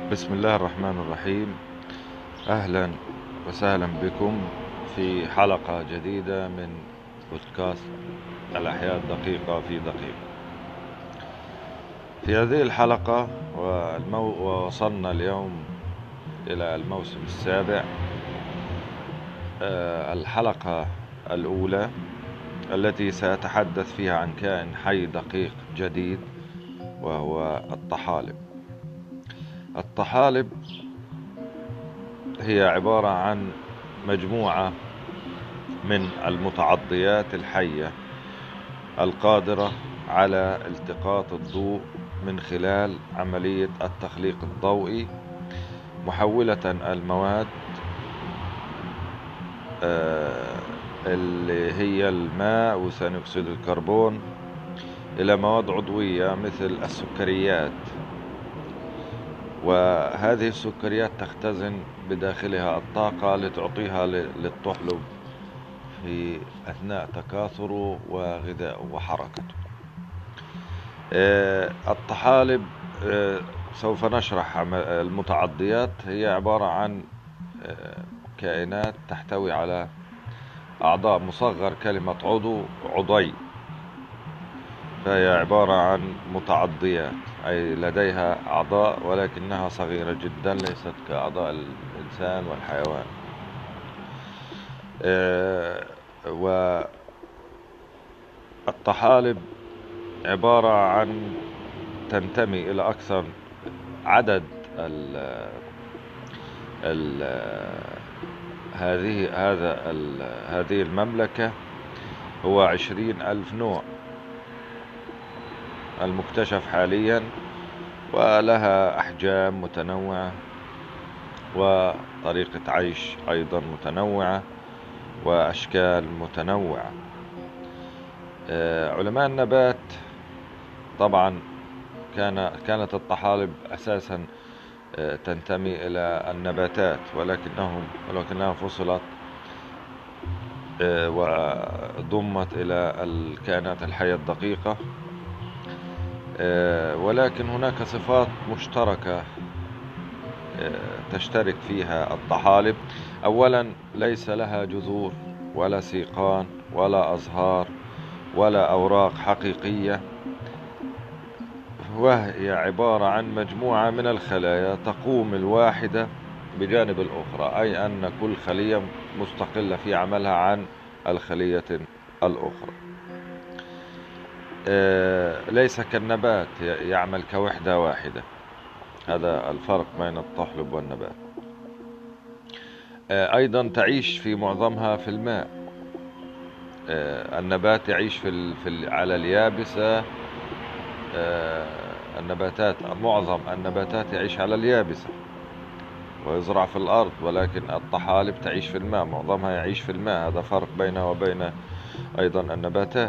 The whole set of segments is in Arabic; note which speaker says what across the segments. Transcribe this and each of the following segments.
Speaker 1: بسم الله الرحمن الرحيم. أهلا وسهلا بكم في حلقة جديدة من بودكاست الأحياء الدقيقة في دقيقة. في هذه الحلقة ووصلنا اليوم إلى الموسم السابع. الحلقة الأولى التي سأتحدث فيها عن كائن حي دقيق جديد، وهو الطحالب. الطحالب هي عبارة عن مجموعة من المتعضيات الحية القادرة على التقاط الضوء من خلال عملية التخليق الضوئي، محولة المواد اللي هي الماء وثاني أكسيد الكربون إلى مواد عضوية مثل السكريات. وهذه السكريات تختزن بداخلها الطاقة لتعطيها للطحلب في أثناء تكاثره وغذائه وحركته. الطحالب سوف نشرح. المتعضيات هي عبارة عن كائنات تحتوي على أعضاء مصغر، كلمة عضو عضي، فهي عبارة عن متعضيات، أي لديها أعضاء ولكنها صغيرة جدا، ليست كأعضاء الإنسان والحيوان. والطحالب عبارة عن تنتمي إلى أكثر عدد ال ال هذه المملكة هو 20,000 نوع المكتشف حاليا، ولها أحجام متنوعة وطريقة عيش أيضا متنوعة وأشكال متنوعة. علماء النبات طبعا كانت الطحالب أساسا تنتمي إلى النباتات، ولكنها فصلت وضمت إلى الكائنات الحية الدقيقة. ولكن هناك صفات مشتركة تشترك فيها الطحالب. أولا، ليس لها جذور ولا سيقان ولا أزهار ولا أوراق حقيقية، وهي عبارة عن مجموعة من الخلايا تقوم الواحدة بجانب الأخرى، أي أن كل خلية مستقلة في عملها عن الخلية الأخرى. ليس كالنبات يعمل كوحدة واحدة. هذا الفرق بين الطحلب والنبات. أيضا تعيش في معظمها في الماء. النبات يعيش على اليابسة. معظم النباتات يعيش على اليابسة ويزرع في الأرض، ولكن الطحالب تعيش في الماء، معظمها يعيش في الماء. هذا فرق بينها وبين أيضا النباتات.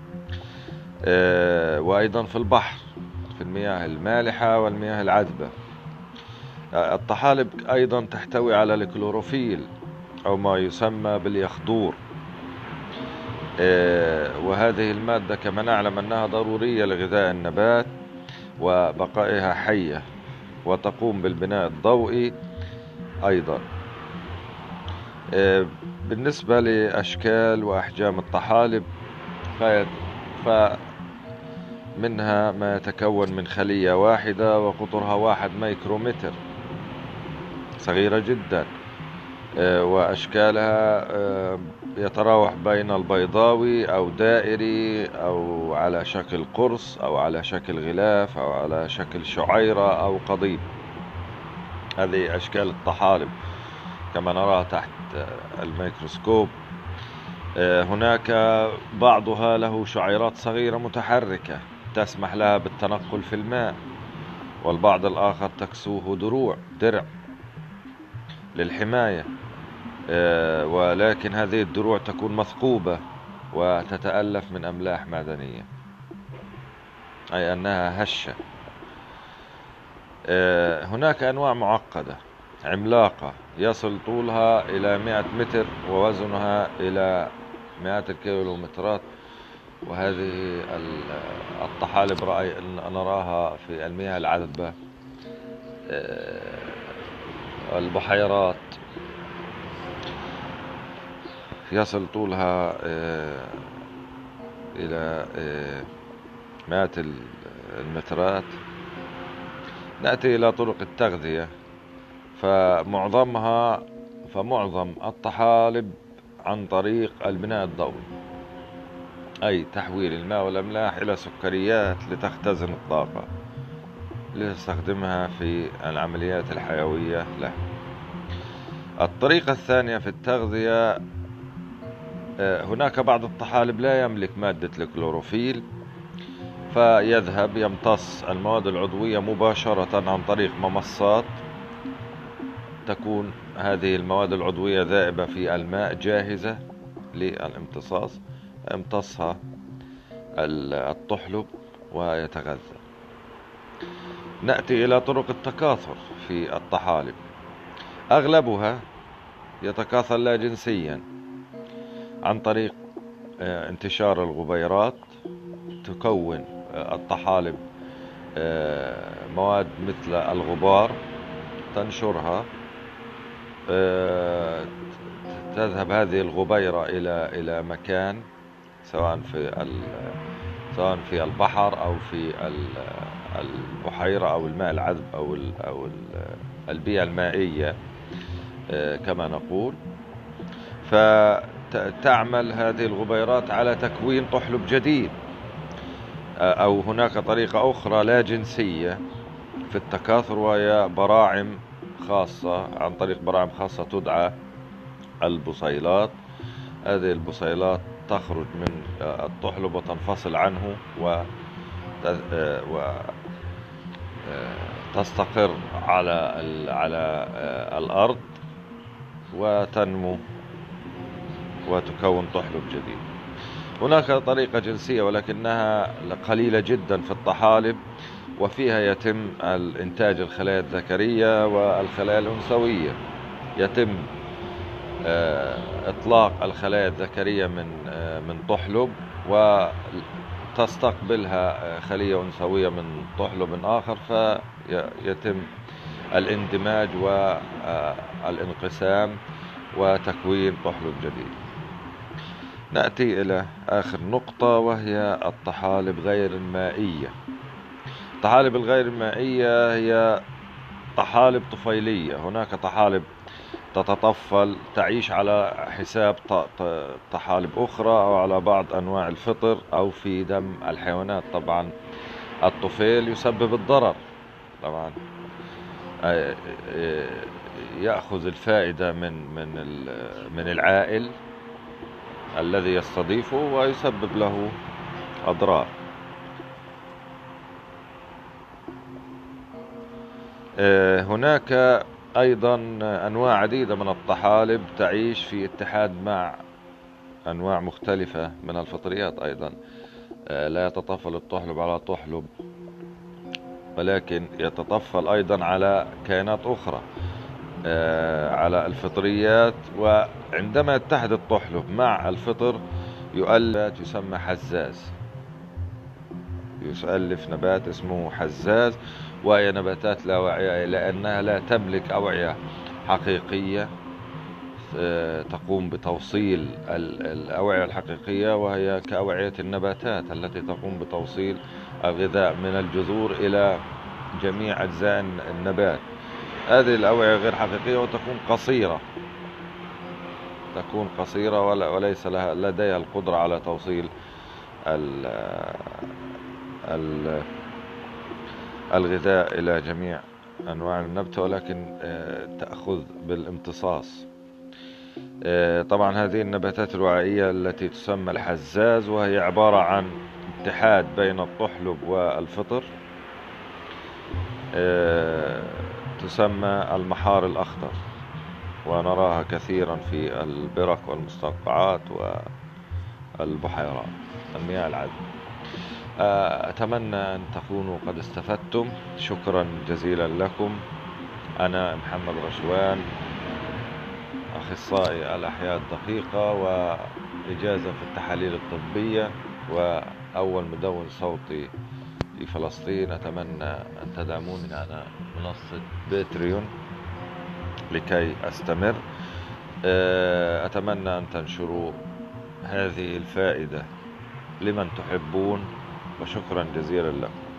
Speaker 1: وأيضا في البحر، في المياه المالحة والمياه العذبة. الطحالب أيضا تحتوي على الكلوروفيل أو ما يسمى باليخدور. وهذه المادة كما نعلم أنها ضرورية لغذاء النبات وبقائها حية، وتقوم بالبناء الضوئي أيضا. بالنسبة لأشكال وأحجام الطحالب، فمنها ما يتكون من خلية واحدة وقطرها 1 ميكرومتر، صغيرة جدا. وأشكالها يتراوح بين البيضاوي أو دائري أو على شكل قرص أو على شكل غلاف أو على شكل شعيرة أو قضيب. هذه أشكال الطحالب كما نراها تحت الميكروسكوب. هناك بعضها له شعيرات صغيرة متحركة تسمح لها بالتنقل في الماء، والبعض الآخر تكسوه درع للحماية. ولكن هذه الدروع تكون مثقوبة وتتألف من أملاح معدنية، أي أنها هشة. هناك أنواع معقدة عملاقة يصل طولها إلى 100 متر ووزنها إلى مئات الكيلومترات، وهذه الطحالب نراها في المياه العذبة البحيرات يصل طولها إلى مئات المترات. نأتي إلى طرق التغذية، فمعظم الطحالب عن طريق البناء الضوئي، أي تحويل الماء والأملاح إلى سكريات لتختزن الطاقة لتستخدمها في العمليات الحيوية له. الطريقة الثانية في التغذية، هناك بعض الطحالب لا يملك مادة الكلوروفيل، فيذهب يمتص المواد العضوية مباشرة عن طريق ممصات. تكون هذه المواد العضوية ذائبة في الماء جاهزة للامتصاص، يمتصها الطحلب ويتغذى. نأتي إلى طرق التكاثر في الطحالب. أغلبها يتكاثر لا جنسيا عن طريق انتشار الغبيرات. تكون الطحالب مواد مثل الغبار، تنشرها، تذهب هذه الغبيرة إلى مكان، سواء في البحر أو في البحيرة أو الماء العذب أو البيئة المائية كما نقول. فتعمل هذه الغبيرات على تكوين طحلب جديد. أو هناك طريقة أخرى لا جنسية في التكاثر، وهي براعم خاصة، عن طريق براعم خاصة تدعى البصيلات. هذه البصيلات تخرج من الطحلب وتنفصل عنه وتستقر على الأرض وتنمو وتكون طحلب جديد. هناك طريقة جنسية ولكنها قليلة جدا في الطحالب، وفيها يتم الإنتاج الخلايا الذكرية والخلايا الأنثوية. يتم إطلاق الخلايا الذكرية من طحلب، وتستقبلها خلية أنثوية من طحلب آخر، فيتم الاندماج والانقسام وتكوين طحلب جديد. نأتي إلى آخر نقطة، وهي الطحالب غير المائية. الطحالب الغير المائية هي طحالب طفيلية. هناك طحالب تتطفل، تعيش على حساب طحالب أخرى أو على بعض أنواع الفطر أو في دم الحيوانات. طبعا الطفيل يسبب الضرر، طبعا يأخذ الفائدة من العائل الذي يستضيفه ويسبب له أضرار. هناك أيضا أنواع عديدة من الطحالب تعيش في اتحاد مع أنواع مختلفة من الفطريات. أيضا لا يتطفل الطحلب على طحلب، ولكن يتطفل أيضا على كائنات أخرى، على الفطريات. وعندما يتحد الطحلب مع الفطر يؤلف يسمى حزاز، يؤلف نبات اسمه حزاز، وهي نباتات لا واعية لأنها لا تملك أوعية حقيقية تقوم بتوصيل الأوعية الحقيقية، وهي كأوعية النباتات التي تقوم بتوصيل الغذاء من الجذور إلى جميع أجزاء النبات. هذه الأوعية غير حقيقية وتكون قصيرة وليس لديها القدرة على توصيل الغذاء إلى جميع أنواع النبت، ولكن تأخذ بالامتصاص. طبعا هذه النباتات الوعائية التي تسمى الحزاز، وهي عبارة عن اتحاد بين الطحلب والفطر، تسمى المحار الأخضر، ونراها كثيرا في البرك والمستنقعات والبحيرات المياه العذبة. أتمنى أن تكونوا قد استفدتم. شكرا جزيلا لكم. أنا محمد رشوان، أخصائي الأحياء الدقيقة وإجازة في التحاليل الطبية، وأول مدون صوتي في فلسطين. أتمنى أن تدعموني على منصة باتريون لكي أستمر. أتمنى أن تنشروا هذه الفائدة لمن تحبون، وشكرا جزيلا لكم.